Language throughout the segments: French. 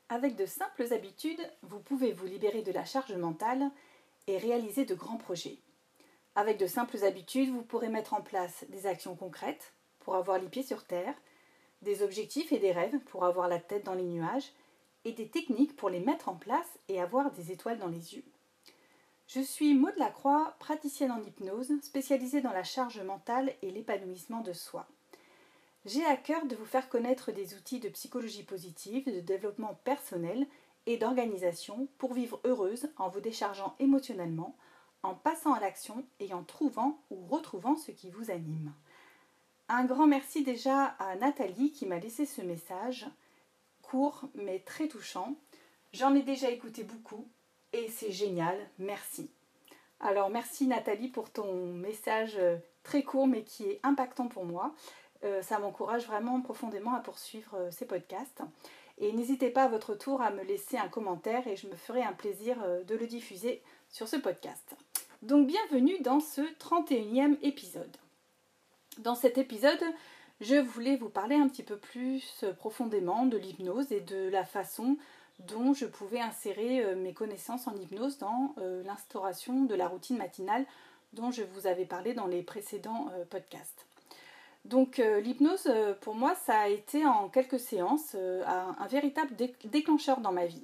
Avec de simples habitudes, vous pouvez vous libérer de la charge mentale et réaliser de grands projets. Avec de simples habitudes, vous pourrez mettre en place des actions concrètes pour avoir les pieds sur terre, des objectifs et des rêves pour avoir la tête dans les nuages, et des techniques pour les mettre en place et avoir des étoiles dans les yeux. Je suis Maud Lacroix, praticienne en hypnose, spécialisée dans la charge mentale et l'épanouissement de soi. J'ai à cœur de vous faire connaître des outils de psychologie positive, de développement personnel et d'organisation pour vivre heureuse en vous déchargeant émotionnellement, en passant à l'action et en trouvant ou retrouvant ce qui vous anime. Un grand merci déjà à Nathalie qui m'a laissé ce message, court mais très touchant. J'en ai déjà écouté beaucoup et c'est génial, merci. Alors merci Nathalie pour ton message très court mais qui est impactant pour moi. Ça m'encourage vraiment profondément à poursuivre ces podcasts. Et n'hésitez pas à votre tour à me laisser un commentaire et je me ferai un plaisir de le diffuser sur ce podcast. Donc bienvenue dans ce 31e épisode. Dans cet épisode, je voulais vous parler un petit peu plus profondément de l'hypnose et de la façon dont je pouvais insérer mes connaissances en hypnose dans l'instauration de la routine matinale dont je vous avais parlé dans les précédents podcasts. Donc l'hypnose, pour moi, ça a été en quelques séances un véritable déclencheur dans ma vie.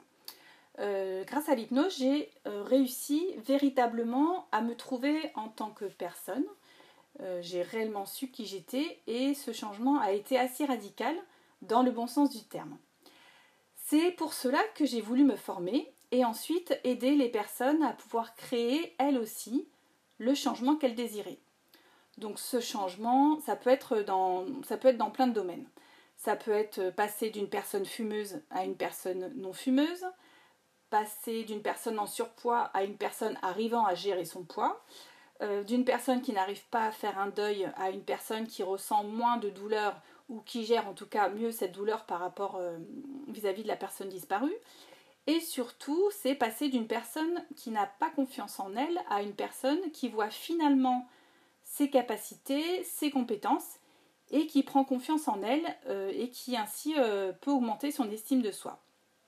Grâce à l'hypnose, j'ai réussi véritablement à me trouver en tant que personne. J'ai réellement su qui j'étais et ce changement a été assez radical dans le bon sens du terme. C'est pour cela que j'ai voulu me former et ensuite aider les personnes à pouvoir créer elles aussi le changement qu'elles désiraient. Donc ce changement, ça peut être dans plein de domaines. Ça peut être passer d'une personne fumeuse à une personne non fumeuse, passer d'une personne en surpoids à une personne arrivant à gérer son poids, d'une personne qui n'arrive pas à faire un deuil à une personne qui ressent moins de douleur ou qui gère en tout cas mieux cette douleur par rapport vis-à-vis de la personne disparue. Et surtout, c'est passer d'une personne qui n'a pas confiance en elle à une personne qui voit finalement ses capacités, ses compétences et qui prend confiance en elle et qui ainsi peut augmenter son estime de soi.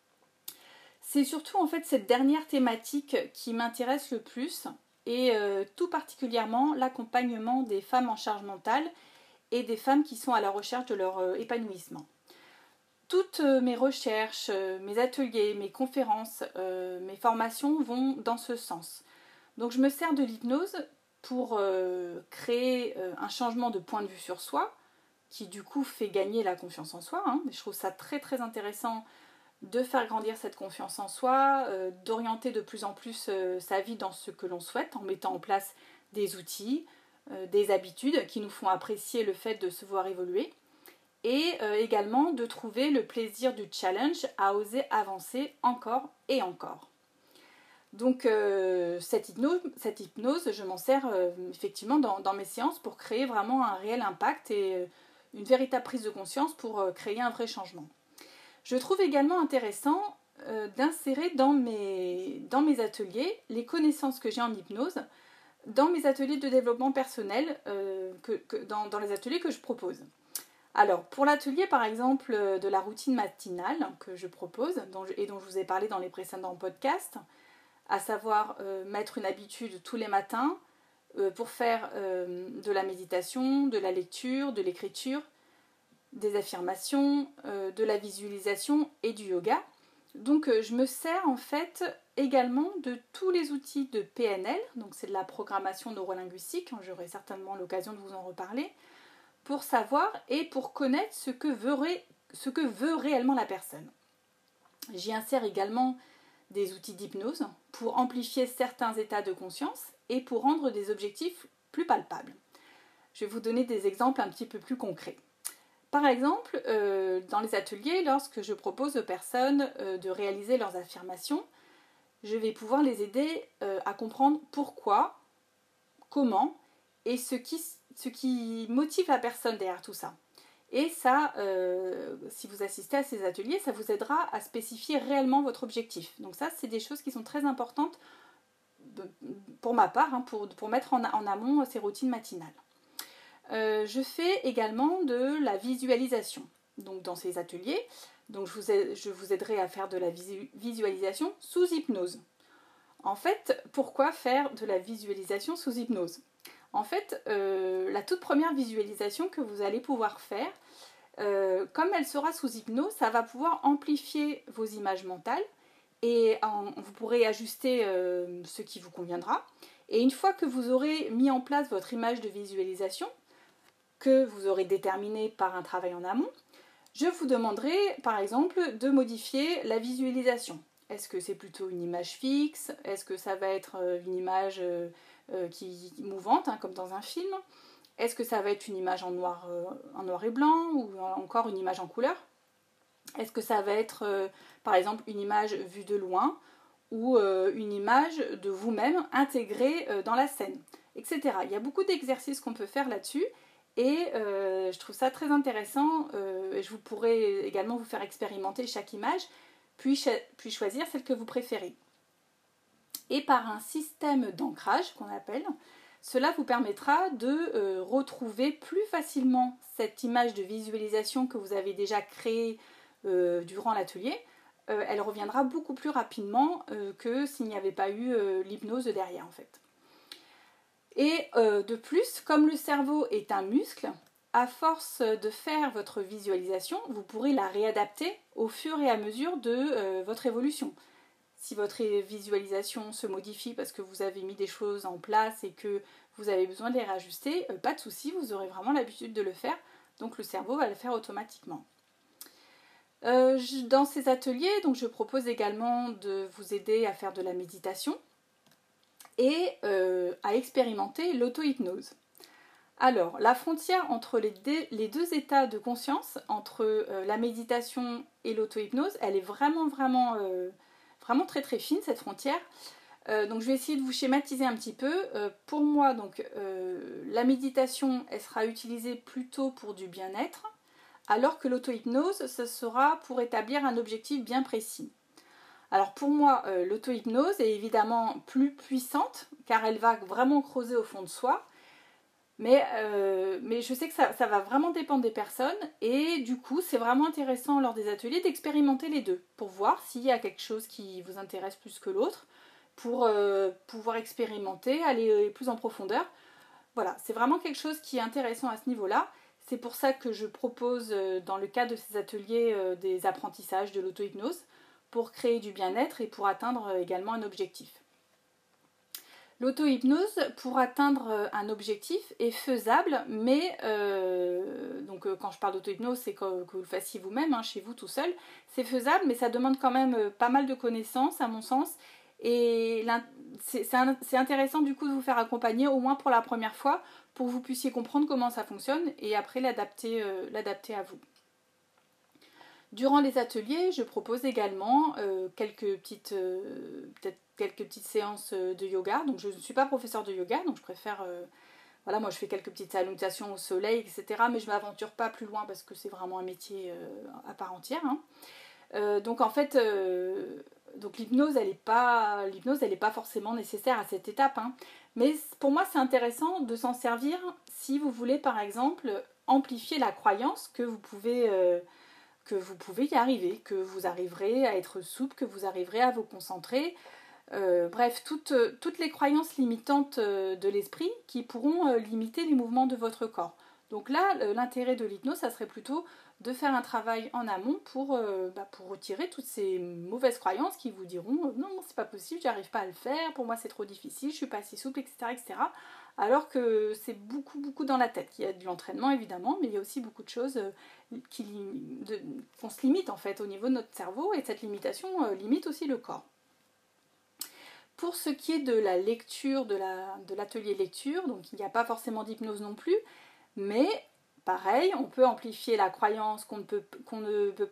C'est surtout en fait cette dernière thématique qui m'intéresse le plus et tout particulièrement l'accompagnement des femmes en charge mentale et des femmes qui sont à la recherche de leur épanouissement. Toutes mes recherches, mes ateliers, mes conférences, mes formations vont dans ce sens. Donc je me sers de l'hypnose pour créer un changement de point de vue sur soi, qui du coup fait gagner la confiance en soi. Je trouve ça très très intéressant de faire grandir cette confiance en soi, d'orienter de plus en plus sa vie dans ce que l'on souhaite, en mettant en place des outils, des habitudes qui nous font apprécier le fait de se voir évoluer, et également de trouver le plaisir du challenge à oser avancer encore et encore. Donc cette hypnose, je m'en sers effectivement dans mes séances pour créer vraiment un réel impact et une véritable prise de conscience pour créer un vrai changement. Je trouve également intéressant d'insérer dans mes ateliers les connaissances que j'ai en hypnose dans mes ateliers de développement personnel, dans les ateliers que je propose. Alors, pour l'atelier, par exemple, de la routine matinale que je propose et dont je vous ai parlé dans les précédents podcasts, à savoir mettre une habitude tous les matins pour faire de la méditation, de la lecture, de l'écriture, des affirmations, de la visualisation et du yoga. Donc je me sers en fait également de tous les outils de PNL, donc c'est de la programmation neurolinguistique, j'aurai certainement l'occasion de vous en reparler, pour savoir et pour connaître ce que veut réellement la personne. J'y insère également des outils d'hypnose pour amplifier certains états de conscience et pour rendre des objectifs plus palpables. Je vais vous donner des exemples un petit peu plus concrets. Par exemple, dans les ateliers, lorsque je propose aux personnes de réaliser leurs affirmations, je vais pouvoir les aider à comprendre pourquoi, comment et ce qui motive la personne derrière tout ça. Et ça, si vous assistez à ces ateliers, ça vous aidera à spécifier réellement votre objectif. Donc ça, c'est des choses qui sont très importantes pour ma part, pour mettre en amont ces routines matinales. Je fais également de la visualisation. donc dans ces ateliers. Donc je vous aiderai à faire de la visualisation sous hypnose. En fait, pourquoi faire de la visualisation sous hypnose? En fait, la toute première visualisation que vous allez pouvoir faire, comme elle sera sous hypnose, ça va pouvoir amplifier vos images mentales et vous pourrez ajuster ce qui vous conviendra. Et une fois que vous aurez mis en place votre image de visualisation, que vous aurez déterminée par un travail en amont, je vous demanderai par exemple de modifier la visualisation. Est-ce que c'est plutôt une image fixe? Est-ce que ça va être une image qui est mouvante, comme dans un film? Est-ce que ça va être une image en noir et blanc ou encore une image en couleur? Est-ce que ça va être par exemple une image vue de loin ou une image de vous-même intégrée dans la scène, etc. Il y a beaucoup d'exercices qu'on peut faire là-dessus et je trouve ça très intéressant. Je vous pourrai également vous faire expérimenter chaque image, puis choisir celle que vous préférez. Et par un système d'ancrage qu'on appelle, cela vous permettra de retrouver plus facilement cette image de visualisation que vous avez déjà créée durant l'atelier. Elle reviendra beaucoup plus rapidement que s'il n'y avait pas eu l'hypnose derrière en fait. Et de plus, comme le cerveau est un muscle, à force de faire votre visualisation, vous pourrez la réadapter au fur et à mesure de votre évolution. Si votre visualisation se modifie parce que vous avez mis des choses en place et que vous avez besoin de les réajuster, pas de souci, vous aurez vraiment l'habitude de le faire, donc le cerveau va le faire automatiquement. Dans ces ateliers, donc, je propose également de vous aider à faire de la méditation et à expérimenter l'auto-hypnose. Alors, la frontière entre les deux états de conscience, entre la méditation et l'auto-hypnose, elle est vraiment très très fine, cette frontière. Donc je vais essayer de vous schématiser un petit peu. Pour moi, donc, la méditation, elle sera utilisée plutôt pour du bien-être, alors que l'auto-hypnose, ce sera pour établir un objectif bien précis. Alors pour moi, l'auto-hypnose est évidemment plus puissante, car elle va vraiment creuser au fond de soi, mais je sais que ça va vraiment dépendre des personnes, et du coup, c'est vraiment intéressant lors des ateliers d'expérimenter les deux, pour voir s'il y a quelque chose qui vous intéresse plus que l'autre, pour pouvoir expérimenter, aller plus en profondeur. Voilà, c'est vraiment quelque chose qui est intéressant à ce niveau-là. C'est pour ça que je propose dans le cadre de ces ateliers des apprentissages de l'auto-hypnose pour créer du bien-être et pour atteindre également un objectif. L'auto-hypnose, pour atteindre un objectif, est faisable, mais donc quand je parle d'auto-hypnose, c'est que vous le fassiez vous-même, chez vous tout seul. C'est faisable, mais ça demande quand même pas mal de connaissances, à mon sens. Et c'est intéressant du coup de vous faire accompagner, au moins pour la première fois, pour que vous puissiez comprendre comment ça fonctionne et après l'adapter à vous. Durant les ateliers, je propose également quelques petites séances de yoga. Donc je ne suis pas professeure de yoga, donc je préfère... voilà, moi je fais quelques petites salutations au soleil, etc. Mais je ne m'aventure pas plus loin parce que c'est vraiment un métier à part entière. Donc en fait, donc l'hypnose, elle n'est pas forcément nécessaire à cette étape. Mais pour moi, c'est intéressant de s'en servir si vous voulez, par exemple, amplifier la croyance que vous pouvez y arriver, que vous arriverez à être souple, que vous arriverez à vous concentrer. Bref, toutes les croyances limitantes de l'esprit qui pourront limiter les mouvements de votre corps. Donc là, l'intérêt de l'hypnose, ça serait plutôt de faire un travail en amont pour retirer toutes ces mauvaises croyances qui vous diront non, c'est pas possible, j'arrive pas à le faire, pour moi c'est trop difficile, je suis pas assez souple, etc. Alors que c'est beaucoup dans la tête. Il y a de l'entraînement évidemment, mais il y a aussi beaucoup de choses qu'on se limite en fait au niveau de notre cerveau, et cette limitation limite aussi le corps. Pour ce qui est de la lecture, de l'atelier lecture, donc il n'y a pas forcément d'hypnose non plus, mais pareil, on peut amplifier la croyance qu'on ne peut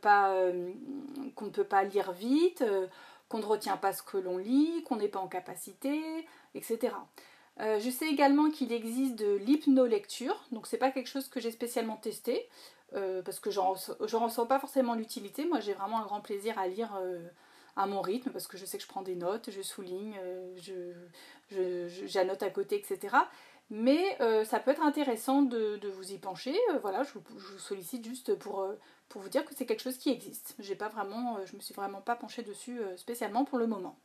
pas lire vite, qu'on ne retient pas ce que l'on lit, qu'on n'est pas en capacité, etc. Je sais également qu'il existe de l'hypnolecture, donc c'est pas quelque chose que j'ai spécialement testé, parce que j'en ressens pas forcément l'utilité. Moi j'ai vraiment un grand plaisir à lire à mon rythme, parce que je sais que je prends des notes, je souligne, j'annote à côté, etc. Mais ça peut être intéressant de vous y pencher. Voilà, je vous sollicite juste pour vous dire que c'est quelque chose qui existe. Je me suis vraiment pas penchée dessus spécialement pour le moment.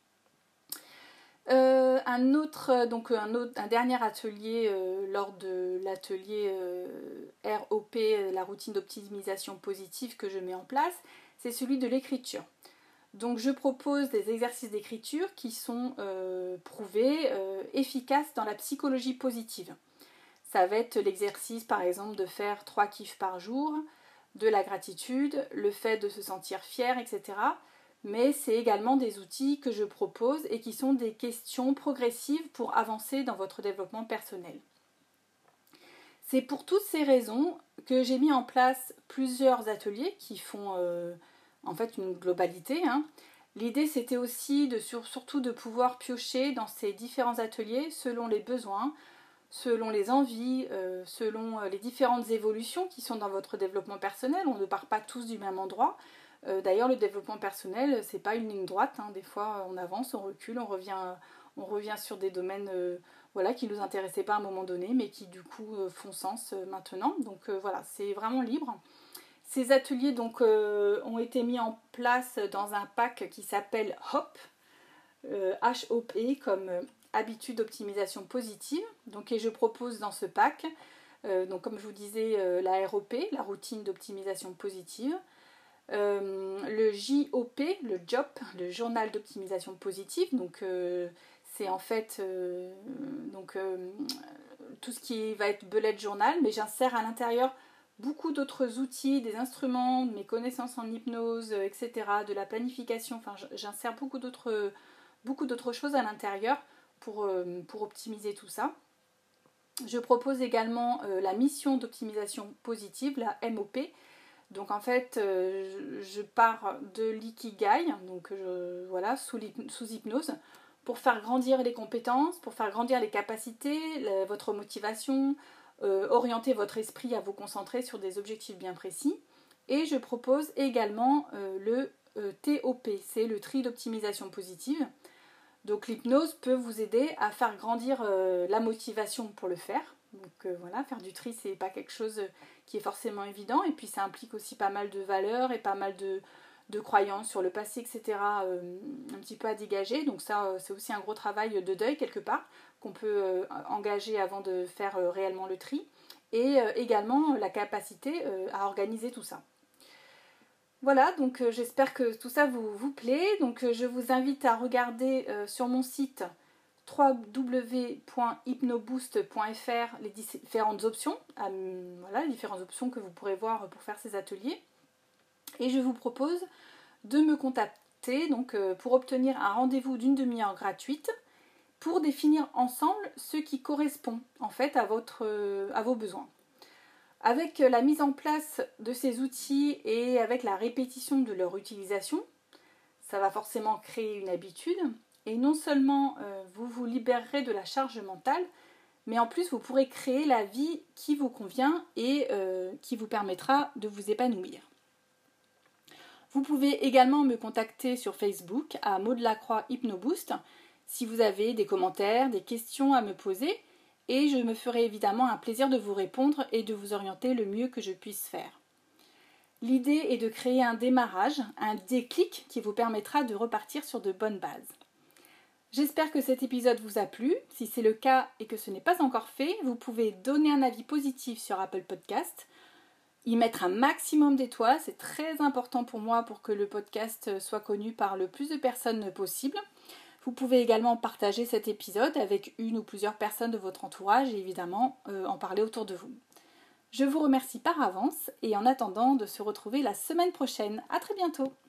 Un dernier atelier lors de l'atelier ROP, la routine d'optimisation positive que je mets en place, c'est celui de l'écriture. Donc je propose des exercices d'écriture qui sont prouvés, efficaces dans la psychologie positive. Ça va être l'exercice par exemple de faire 3 kiffs par jour, de la gratitude, le fait de se sentir fier, etc. Mais c'est également des outils que je propose et qui sont des questions progressives pour avancer dans votre développement personnel. C'est pour toutes ces raisons que j'ai mis en place plusieurs ateliers qui font en fait une globalité. L'idée c'était aussi surtout de pouvoir piocher dans ces différents ateliers selon les besoins, selon les envies, selon les différentes évolutions qui sont dans votre développement personnel. On ne part pas tous du même endroit. D'ailleurs, le développement personnel, c'est pas une ligne droite. Des fois, on avance, on recule, on revient sur des domaines qui ne nous intéressaient pas à un moment donné, mais qui du coup font sens maintenant. Donc voilà, c'est vraiment libre. Ces ateliers donc, ont été mis en place dans un pack qui s'appelle HOP, H-O-P, comme habitude d'optimisation positive. Donc, et je propose dans ce pack, donc comme je vous disais, la ROP, la routine d'optimisation positive, le JOP, le JOP, le journal d'optimisation positive. Donc, c'est en fait tout ce qui va être bullet journal, mais j'insère à l'intérieur beaucoup d'autres outils, des instruments, mes connaissances en hypnose, etc., de la planification. Enfin, j'insère beaucoup d'autres choses à l'intérieur pour optimiser tout ça. Je propose également la mission d'optimisation positive, la MOP. Donc en fait, je pars de l'ikigai, donc sous hypnose, pour faire grandir les compétences, pour faire grandir les capacités, votre motivation, orienter votre esprit à vous concentrer sur des objectifs bien précis. Et je propose également le TOP, c'est le tri d'optimisation positive. Donc l'hypnose peut vous aider à faire grandir la motivation pour le faire. Donc faire du tri, c'est pas quelque chose qui est forcément évident. Et puis ça implique aussi pas mal de valeurs et pas mal de croyances sur le passé, etc. Un petit peu à dégager. Donc ça, c'est aussi un gros travail de deuil quelque part qu'on peut engager avant de faire réellement le tri. Et également la capacité à organiser tout ça. Voilà, donc j'espère que tout ça vous plaît. Donc je vous invite à regarder sur mon site www.hypnoboost.fr les différentes options, les différentes options que vous pourrez voir pour faire ces ateliers. Et je vous propose de me contacter pour obtenir un rendez-vous d'une demi-heure gratuite pour définir ensemble ce qui correspond en fait à vos besoins. Avec la mise en place de ces outils et avec la répétition de leur utilisation, ça va forcément créer une habitude. Et non seulement vous vous libérerez de la charge mentale, mais en plus vous pourrez créer la vie qui vous convient et qui vous permettra de vous épanouir. Vous pouvez également me contacter sur Facebook à Maud Lacroix Hypnoboost si vous avez des commentaires, des questions à me poser. Et je me ferai évidemment un plaisir de vous répondre et de vous orienter le mieux que je puisse faire. L'idée est de créer un démarrage, un déclic qui vous permettra de repartir sur de bonnes bases. J'espère que cet épisode vous a plu. Si c'est le cas et que ce n'est pas encore fait, vous pouvez donner un avis positif sur Apple Podcast, y mettre un maximum d'étoiles, c'est très important pour moi pour que le podcast soit connu par le plus de personnes possible. Vous pouvez également partager cet épisode avec une ou plusieurs personnes de votre entourage et évidemment en parler autour de vous. Je vous remercie par avance et en attendant de se retrouver la semaine prochaine. À très bientôt.